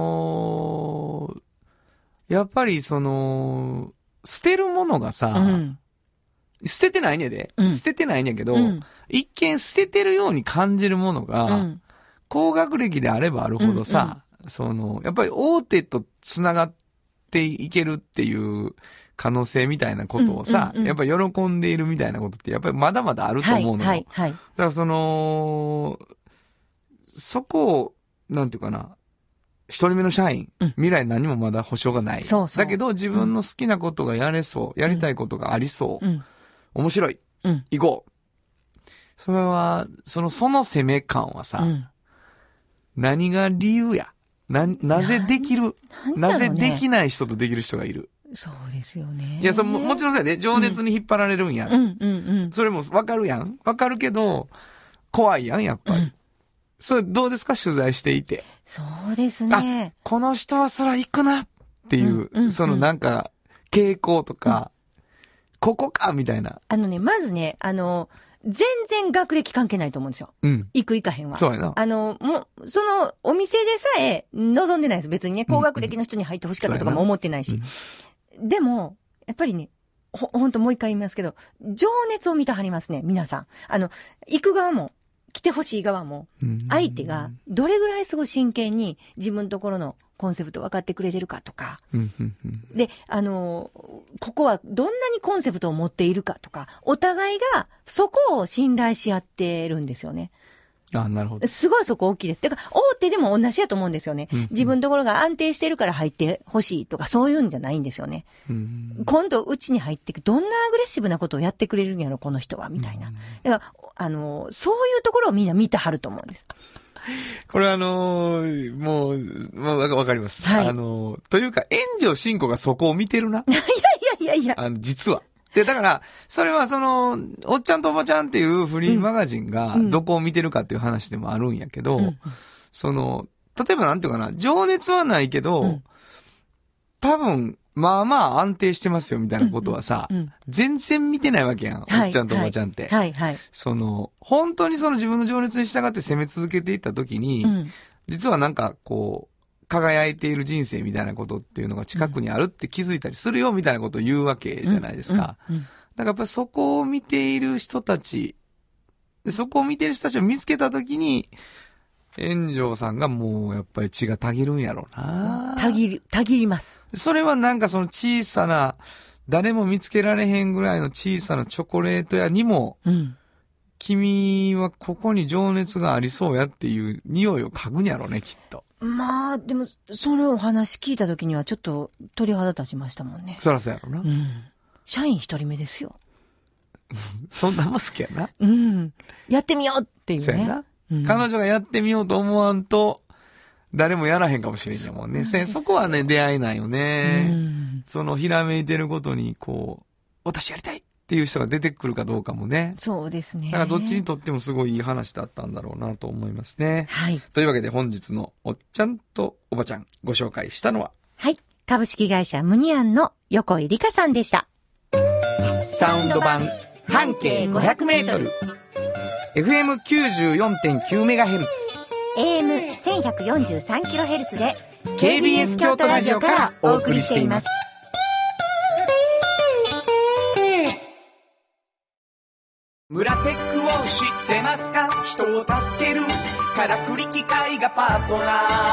やっぱり捨てるものがさ、捨ててないねで、捨ててないねんけど、一見捨ててるように感じるものが、高学歴であればあるほどさ、やっぱり大手とつながっていけるっていう可能性みたいなことをさ、やっぱり喜んでいるみたいなことってやっぱりまだまだあると思うのよ。だからそこを、なんていうかな、一人目の社員、未来何もまだ保証がない。だけど自分の好きなことがやれそう、やりたいことがありそう、面白い、行こう。それは、その攻め感はさ、何が理由や。なぜできる、なぜできない人とできる人がいる。 そうですよね。 いや、もちろんそうやで、情熱に引っ張られるんや。それもわかるやん。わかるけど、怖いやん、やっぱり。それどうですか、取材していて。 そうですね。 この人はそら行くなっていう、なんか、傾向とか、ここかみたいな。 まずね、全然学歴関係ないと思うんですよ。行く行かへんは。 そうやな。 もう、そのお店でさえ望んでないです。別にね、高学歴の人に入ってほしかったとかも思ってないし。でも、やっぱりね、ほんともう一回言いますけど、情熱を見たはりますね、皆さん。行く側も、来てほしい側も、相手がどれぐらいすごい真剣に自分のところのコンセプト分かってくれてるかとか、で、ここはどんなにコンセプトを持っているかとか、お互いがそこを信頼し合ってるんですよね。 なるほど。 すごいそこ大きいです。だから大手でも同じやと思うんですよね。自分のところが安定してるから入ってほしいとかそういうんじゃないんですよね。今度うちに入ってどんなアグレッシブなことをやってくれるんやろこの人はみたいな。だからそういうところをみんな見てはると思うんです。 これもうわかります。というか援助進行がそこを見てるな。 いや。 実は。で、だから、それはおっちゃんとおばちゃんっていうフリーマガジンがどこを見てるかっていう話でもあるんやけど、例えばなんていうかな、情熱はないけど、多分、まあまあ安定してますよみたいなことはさ、全然見てないわけやん、おっちゃんとおばちゃんって。本当に自分の情熱に従って攻め続けていった時に、実はなんかこう、輝いている人生みたいなことっていうのが近くにあるって気づいたりするよみたいなことを言うわけじゃないですか。 だからやっぱりそこを見ている人たち、でそこを見ている人たちを見つけたときに、炎上さんがもうやっぱり血がたぎるんやろうな。 たぎります。 それはなんかその小さな、誰も見つけられへんぐらいの小さなチョコレート屋にも、君はここに情熱がありそうやっていう匂いを嗅ぐんやろね、きっと。 まあ、でも、そのお話聞いた時にはちょっと鳥肌立ちましたもんね。 そらそうやろな。 社員一人目ですよ。 そんなもん好きやな。 やってみようっていうね。 そうやな。彼女がやってみようと思わんと、誰もやらへんかもしれんやもんね。そこはね、出会いないよね。そのひらめいてることに、こう、私やりたいっていう人が出てくるかどうかもね。 そうですね。 だからどっちにとってもすごいいい話だったんだろうなと思いますね。 はい。 というわけで本日のおっちゃんとおばちゃんご紹介したのは、 はい。株式会社ムニアンの横井理香さんでした。 サウンド版半径500メートル。FM94.9MHz。 AM1143kHz で KBS 京都ラジオからお送りしています。 村テックを知ってますか？人を助けるからくり機械がパートナー。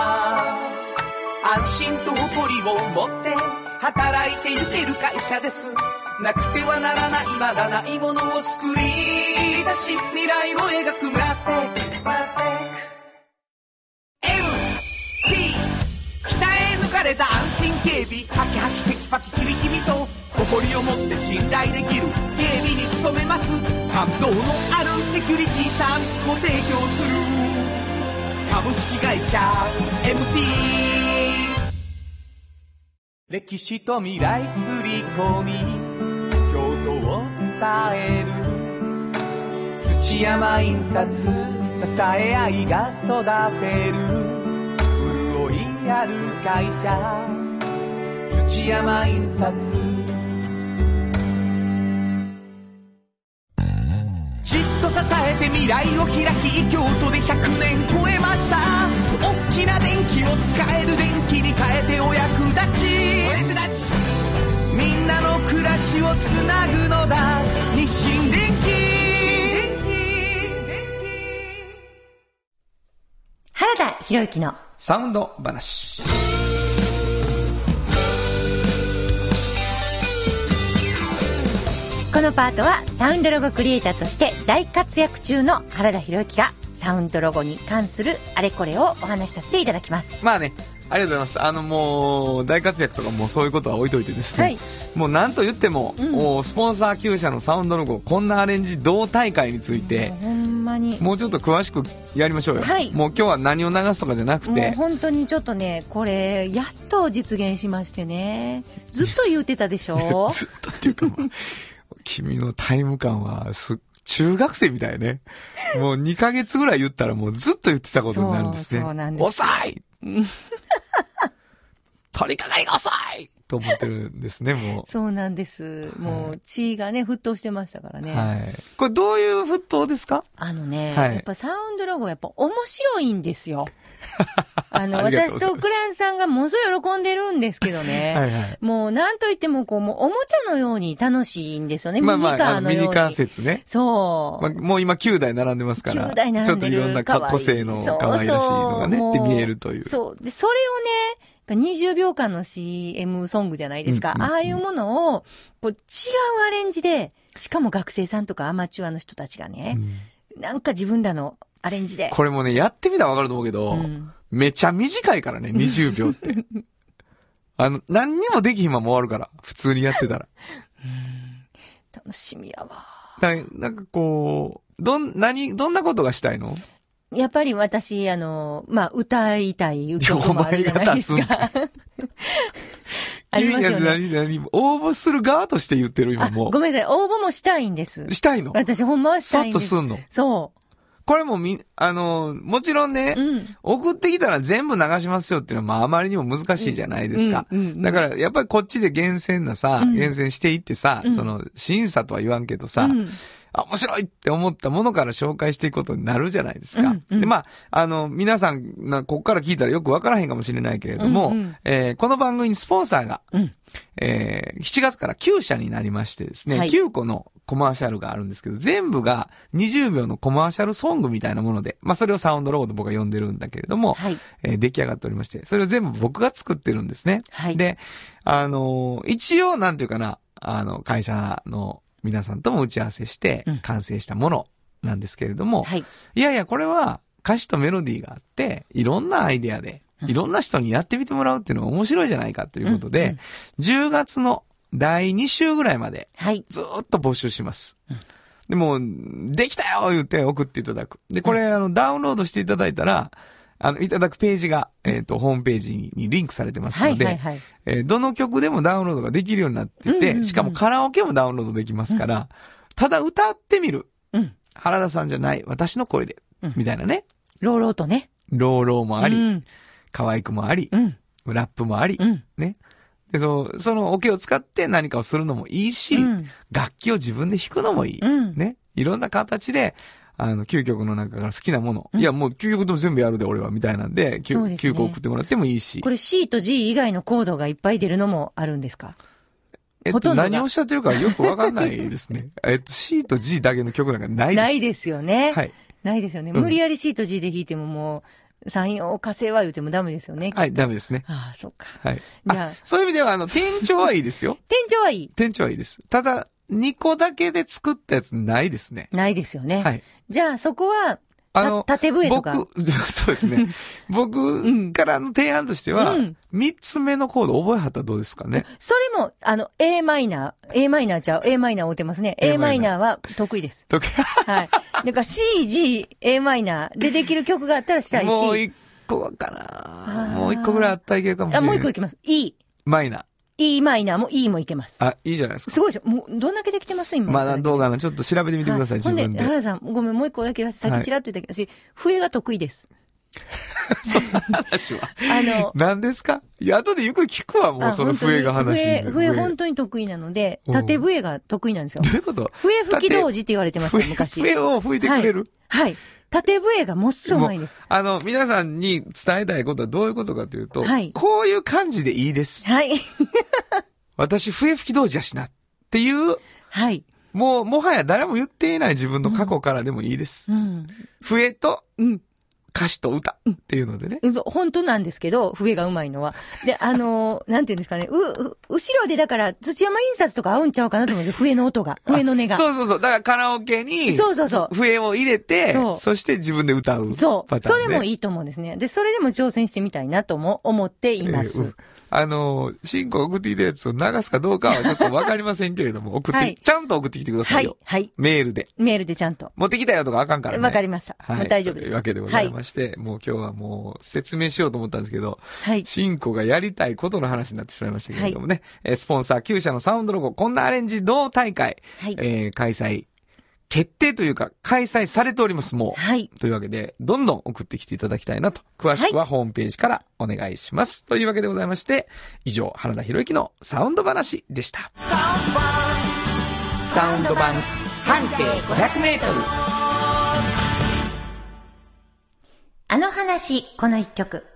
安心と誇りを持って働いてゆける会社です。なくてはならないまだないものを作り出し未来を描く村テック。MT 鍛え抜かれた安心警備、ハキハキテキパキキビキビと誇りを持って信頼できる警備に努めます。感動のあるセキュリティサービスも提供する株式会社 MT。 歴史と未来すり込み京都を伝える土山印刷、支え合いが育てる潤いある会社土山印刷。じっと支えて未来を開き京都で100年超えました。大きな電気を使える電気に変えてお役立ちみんなの暮らしをつなぐのだ日清電気。 原田博之のサウンド話。 このパートはサウンドロゴクリエイターとして大活躍中の原田博之がサウンドロゴに関するあれこれをお話しさせていただきます。 まあね、ありがとうございます。もう大活躍とかもうそういうことは置いといてですね、もう何と言っても、スポンサー9社のサウンドロゴこんなアレンジ同大会について、 ほんまにもうちょっと詳しくやりましょうよ。もう今日は何を流すとかじゃなくて、 もう本当にちょっとね、これやっと実現しましてね、ずっと言うてたでしょずっとっていうかもう君のタイム感は中学生みたいね。もう2ヶ月ぐらい言ったらもうずっと言ってたことになるんですね。 そうなんです。 遅い取り掛かりが遅いと思ってるんですね、もう。 そうなんです。もう血がね、沸騰してましたからね。 はい。これどういう沸騰ですか？ やっぱサウンドロゴやっぱ面白いんですよ。私とクランさんがものすごい喜んでるんですけどね。もうなんといってももうおもちゃのように楽しいんですよね。ミニカーのように。 ミニカー説ね。 そう。 もう今9台並んでますから。 9台並んでる。 ちょっといろんな個性の可愛らしいのがね、って見えるという。 そう。で、それをね、20秒間の CM ソングじゃないですか。ああいうものを、違うアレンジで、しかも学生さんとかアマチュアの人たちがね、なんか自分らのアレンジで。 これもね、やってみたらわかると思うけど、めちゃ短いからね、20秒って。何にもできひんまま終わるから、普通にやってたら。 楽しみやわ。 なんかこう、どんなことがしたいの？ やっぱり私、歌いたい曲もあるじゃないですか。ありますよね。 何応募する側として言ってる今もう。 ごめんなさい、応募もしたいんです。 したいの？ 私ほんまはしたいんです。 そっとすんの？ そう。 これももちろんね、送ってきたら全部流しますよっていうのはあまりにも難しいじゃないですか。だからやっぱりこっちで厳選していってさ、その審査とは言わんけどさ、 面白いって思ったものから紹介していくことになるじゃないですか。で、皆さん、ここから聞いたらよくわからへんかもしれないけれども、この番組にスポンサーが、7月から9社になりましてですね、9個のコマーシャルがあるんですけど、全部が20秒のコマーシャルソングみたいなもので、それをサウンドロゴと僕は呼んでるんだけれども、出来上がっておりまして、それを全部僕が作ってるんですね。で、一応、なんていうかな、会社の皆さんとも打ち合わせして完成したものなんですけれども、いやいや、これは歌詞とメロディーがあって、いろんなアイデアで、いろんな人にやってみてもらうっていうのが面白いじゃないかということで、10月の第2週ぐらいまで、ずーっと募集します。でも、できたよ言って送っていただく。で、これ、ダウンロードしていただいたら、いただくページが、ホームページにリンクされてますので、どの曲でもダウンロードができるようになってて、しかもカラオケもダウンロードできますから、ただ歌ってみる。原田さんじゃない、私の声で、みたいなね。 ローローとね。 ローローもあり、可愛くもあり、ラップもあり、ね。で、そのオケを使って何かをするのもいいし、楽器を自分で弾くのもいい。ね。いろんな形で、9曲の中から好きなもの。いや、もう9曲とも全部やるで俺は、みたいなんで、9個送ってもらってもいいし。 これ C と G 以外のコードがいっぱい出るのもあるんですか？ 何をおっしゃってるかよくわかんないですね。C と G だけの曲なんかないです。 ないですよね。はい。ないですよね。無理やり C と G で弾いてももう、山陽火星は言うてもダメですよね。 はい、ダメですね。 ああ、そうか。 はい。じゃあ、そういう意味では、店長はいいですよ。 店長はいい。 店長はいいです。ただ、2個だけで作ったやつないですね。 ないですよね。 はい。 じゃあ、そこは、縦笛とか。 そうですね。僕からの提案としては、3つ目のコード覚えはったらどうですかね。 それも、A マイナーを打てますね。A マイナーは得意です。 得意。 はい。だから C、G、A マイナーでできる曲があったらしたいし。 もう1個かな。もう1個ぐらいあったらいけるかもしれない。 もう1個いきます。E。 マイナー。 E マイナーも E もいけます。 いいじゃないですか。 すごいでしょ。もう、どんだけできてます今。 まだどうかな。ちょっと調べてみてください、自分で。 ほんで、原田さん、ごめん、もう一個だけ、さっきちらっと言ったけど、私、笛が得意です。 そんな話は。何ですか？いや、後でゆっくり聞くわ、もうその笛が話。 笛本当に得意なので、縦笛が得意なんですよ。 どういうこと？ 笛吹き童子って言われてました、昔。 笛を吹いてくれる？ はい。縦笛がもっそうまいです。 皆さんに伝えたいことはどういうことかというと、 はい。 こういう感じでいいです。 はい。 私、笛吹き童子やしな。っていう。 はい。 もはや誰も言っていない自分の過去からでもいいです。笛と、歌詞と歌っていうのでね。 本当なんですけど、笛がうまいのは。で、なんていうんですかね、後ろでだから、土山印刷とか合うんちゃうかなと思うんですよ、笛の音が。笛の音が。 そう。だからカラオケに、笛を入れて、そして自分で歌う。 そう。それもいいと思うんですね。で、それでも挑戦してみたいなとも思っています。 進行送ってきたやつを流すかどうかはちょっとわかりませんけれども、ちゃんと送ってきてくださいよ。 はい。 メールで。 メールでちゃんと。 持ってきたよとかあかんからね。 わかりました。はい。大丈夫です。 というわけでございまして、もう今日はもう説明しようと思ったんですけど、はい。進行がやりたいことの話になってしまいましたけれどもね、スポンサー9社のサウンドロゴ、こんなアレンジ同大会、はい。開催。決定というか、開催されております、もう。はい。というわけで、どんどん送ってきていただきたいなと。詳しくはホームページからお願いします。というわけでございまして、以上、原田博之のサウンド話でした。サウンド版、半径500メートル。 あの話、この一曲。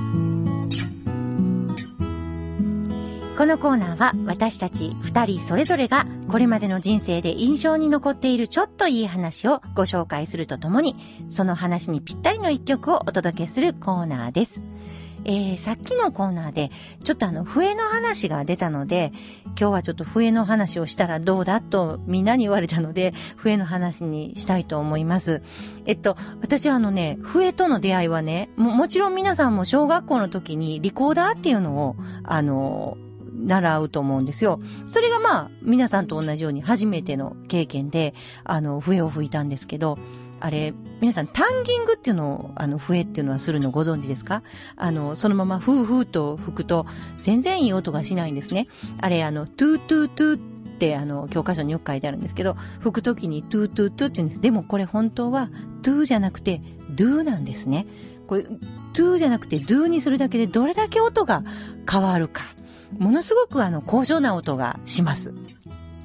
このコーナーは私たち2人それぞれがこれまでの人生で印象に残っているちょっといい話をご紹介するとともに、その話にぴったりの一曲をお届けするコーナーです。さっきのコーナーでちょっと笛の話が出たので、今日はちょっと笛の話をしたらどうだとみんなに言われたので、笛の話にしたいと思います。私笛との出会いはね、もちろん皆さんも小学校の時にリコーダーっていうのを習うと思うんですよ。それが皆さんと同じように初めての経験で、笛を吹いたんですけど、あれ、皆さんタンギングっていうのを、笛っていうのはするのご存知ですか？そのままフーフーと吹くと全然いい音がしないんですね。あれ、トゥートゥートゥーって教科書によく書いてあるんですけど、吹くときにトゥートゥートゥーって言うんです。でもこれ本当はトゥーじゃなくてドゥーなんですね。これ、トゥーじゃなくてドゥーにするだけでどれだけ音が変わるか。ものすごく高尚な音がします。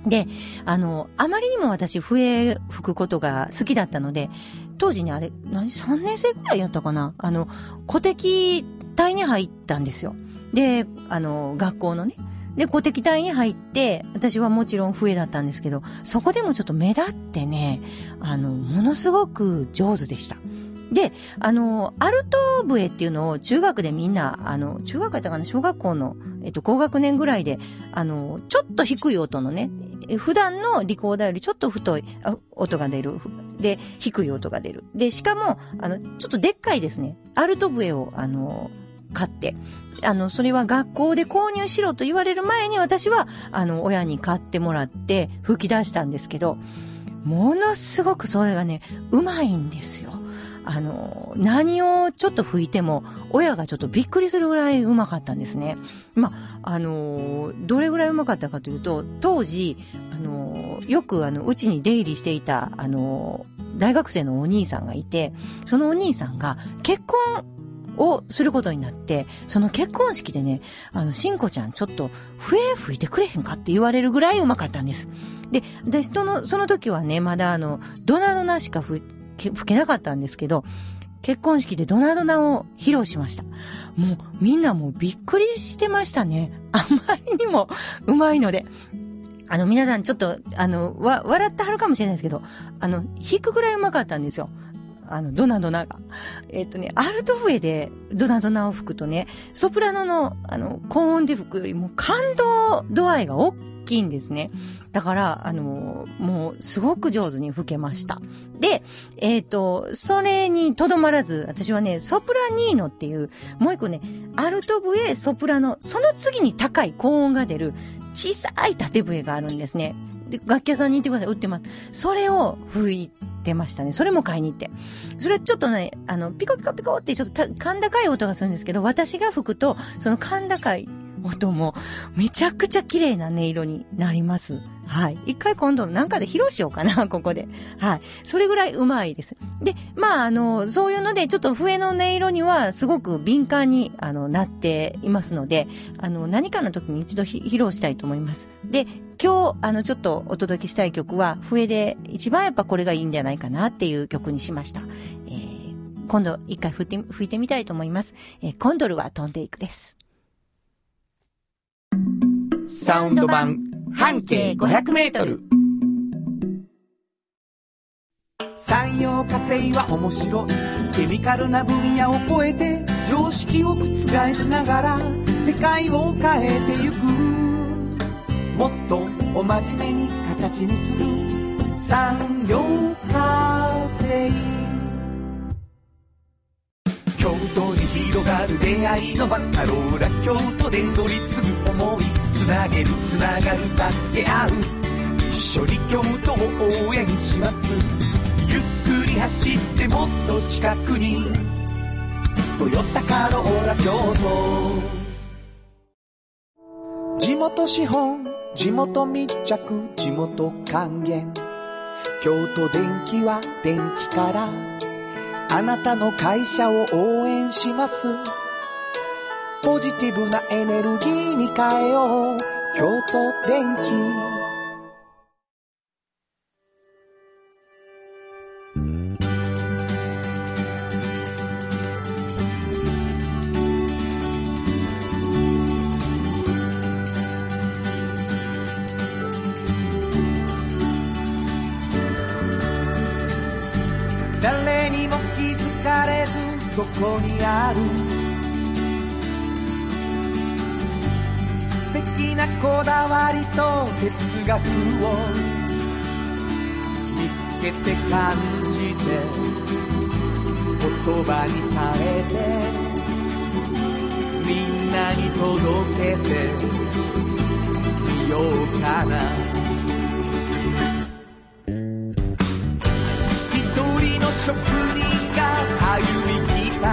で、あまりにも私、笛吹くことが好きだったので、当時ね、あれ、3年生くらいやったかな、鼓笛隊に入ったんですよ。で、学校のね。で、鼓笛隊に入って、私はもちろん笛だったんですけど、そこでもちょっと目立ってね、ものすごく上手でした。で、アルト笛っていうのを中学でみんな、中学やったかな、小学校の、高学年ぐらいで、ちょっと低い音のね、普段のリコーダーよりちょっと太い音が出る。で、低い音が出る。で、しかも、ちょっとでっかいですね、アルト笛を、買って、それは学校で購入しろと言われる前に私は、親に買ってもらって吹き出したんですけど、ものすごくそれがね、うまいんですよ。何をちょっと吹いても、親がちょっとびっくりするぐらいうまかったんですね。まあ、どれぐらいうまかったかというと、当時、よくうちに出入りしていた、大学生のお兄さんがいて、そのお兄さんが結婚をすることになって、その結婚式でね、しんこちゃんちょっと笛吹いてくれへんかって言われるぐらいうまかったんです。で、私その時はね、まだドナドナしか吹けなかったんですけど、結婚式でドナドナを披露しました。もうみんなもうびっくりしてましたね。あまりにもうまいので。皆さんちょっと、笑ってはるかもしれないですけど、弾くぐらいうまかったんですよ。ドナドナが。アルト笛でドナドナを吹くとね、ソプラノの、高音で吹くよりも感動度合いが大きいんですね。だから、もう、すごく上手に吹けました。で、それにとどまらず、私はね、ソプラニーノっていう、もう一個ね、アルト笛、ソプラノ、その次に高い高音が出る、小さい縦笛があるんですね。で、楽器屋さんに行ってください。売ってます。それを吹いてましたね。それも買いに行って。それちょっとね、ピコピコピコってちょっと甲高い音がするんですけど、私が吹くと、その甲高い音もめちゃくちゃ綺麗な音色になります。はい。一回今度なんかで披露しようかな、ここで。はい。それぐらいうまいです。で、まあ、そういうので、ちょっと笛の音色にはすごく敏感に、なっていますので、何かの時に一度披露したいと思います。で、今日、ちょっとお届けしたい曲は、笛で一番やっぱこれがいいんじゃないかなっていう曲にしました。今度一回吹いてみたいと思います。コンドルは飛んでいくです。 サウンド版半径500メートル。産業化成は面白い。ケミカルな分野を超えて常識を覆しながら世界を変えてゆく。もっとお真面目に形にする産業化成。京都に広がる出会いの場、カローラ京都で乗り継ぐ想い、つなげるつながる助け合う、一緒に京都を応援します。ゆっくり走ってもっと近くに、トヨタカローラ京都。地元資本、地元密着、地元還元、京都電気は電気からあなたの会社を応援します。ポジティブなエネルギーに変えよう、京都電気。誰にも気づかれずそこにある素敵なこだわりと哲学を見つけて感じて言葉に変えてみんなに届けてみようかな。職人が歩み来た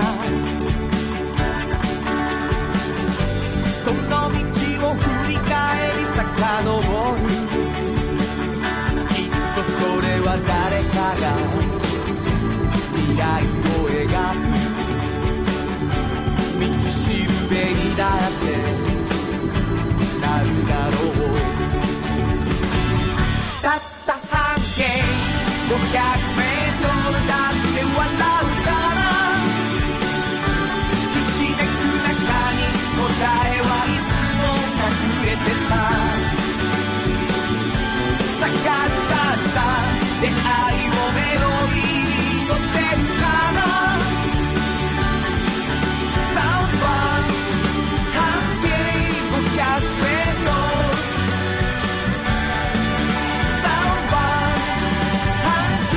その道を振り返り遡る、きっとそれは誰かが未来を描く道しるべにだってなるだろう。 だって笑うからひしめく中に答えはいつも隠れてた探した出会いをメロディーに乗せるからサウンド版半径500メートルサウンド版半径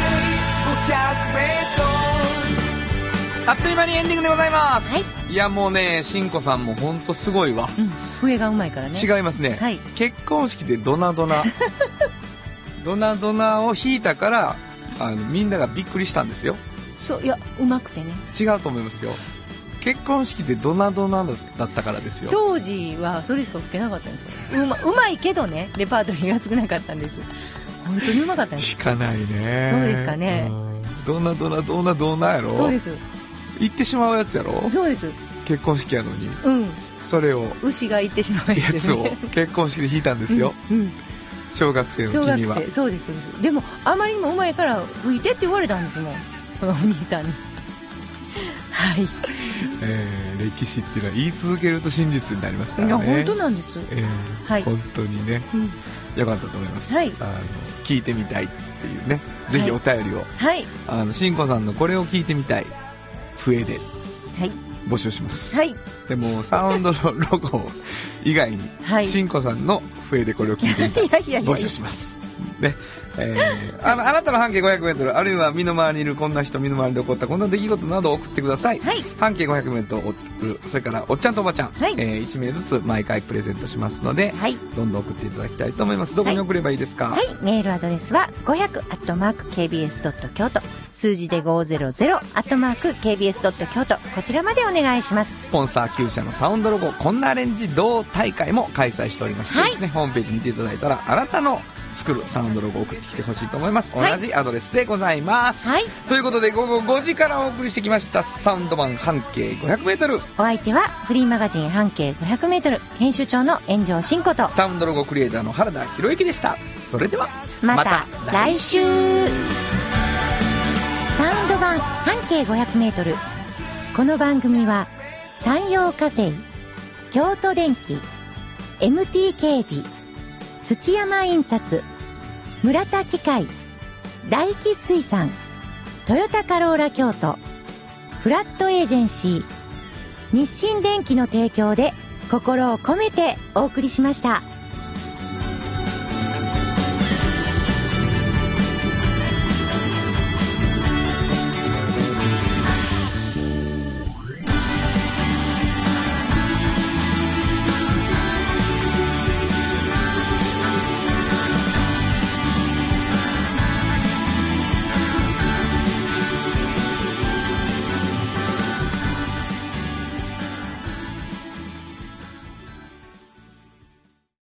500メートルあっという間にエンディングでございます、 はい、 いやもうねしんこさんもほんとすごいわ、 笛がうまいからね。 違いますね、 はい、 結婚式でドナドナドナドナを弾いたからみんながびっくりしたんですよ。 そういやうまくてね。 違うと思いますよ。結婚式でドナドナだったからですよ。 当時はそれしか吹けなかったんですよ。うまいけどねレパートリーが少なかったんです。本当にうまかったんです。 弾かないね。 そうですかね。 ドナドナドナドナやろ。 そうです。 行ってしまうやつやろ。 そうです。 結婚式やのに、それを牛が行ってしまうやつです、ね、 やつを結婚式で弾いたんですよ、小学生の君は。 そうですそうです。でもあまりにもうまいから吹いてって言われたんですもんそのお兄さんにはい、 歴史っていうのは言い続けると真実になりますからね。 いや本当なんです、はい、 本当にね、よかったと思います、はい、聞いてみたいっていうね、ぜひお便りを、はい、しんこさんのこれを聞いてみたい笛で、はい、募集します、はい、でもサウンドのロゴ以外に、はい、しんこさんの笛でこれを聞いてみたい募集しますね。あなたの半径 500m あるいは身の回りにいるこんな人、身の回りで起こったこんな出来事などを送ってください、はい、半径 500m それからおっちゃんとおばちゃん、はい、1名ずつ毎回プレゼントしますので、はい、どんどん送っていただきたいと思います。どこに送ればいいですか？はい、 メールアドレスは 500@kbs. 京都、数字で 500@kbs. 京都、こちらまでお願いします。 スポンサー9社のサウンドロゴこんなアレンジ同大会も開催しておりましてですね、ホームページ見ていただいたらあなたの作るサウンドロゴを送ってきてほしいと思います。同じアドレスでございます、はい、ということで午後5時からお送りしてきましたサウンド版半径 500m。 お相手はフリーマガジン半径 500m 編集長の炎上真子とサウンドロゴクリエイターの原田博之でした。それではまた来週。サウンド版半径 500m、 この番組は山陽火星、京都電機、 MT 警備、土山印刷、村田機械、大気水産、トヨタカローラ京都、フラットエージェンシー、日清電機の提供で心を込めてお送りしました。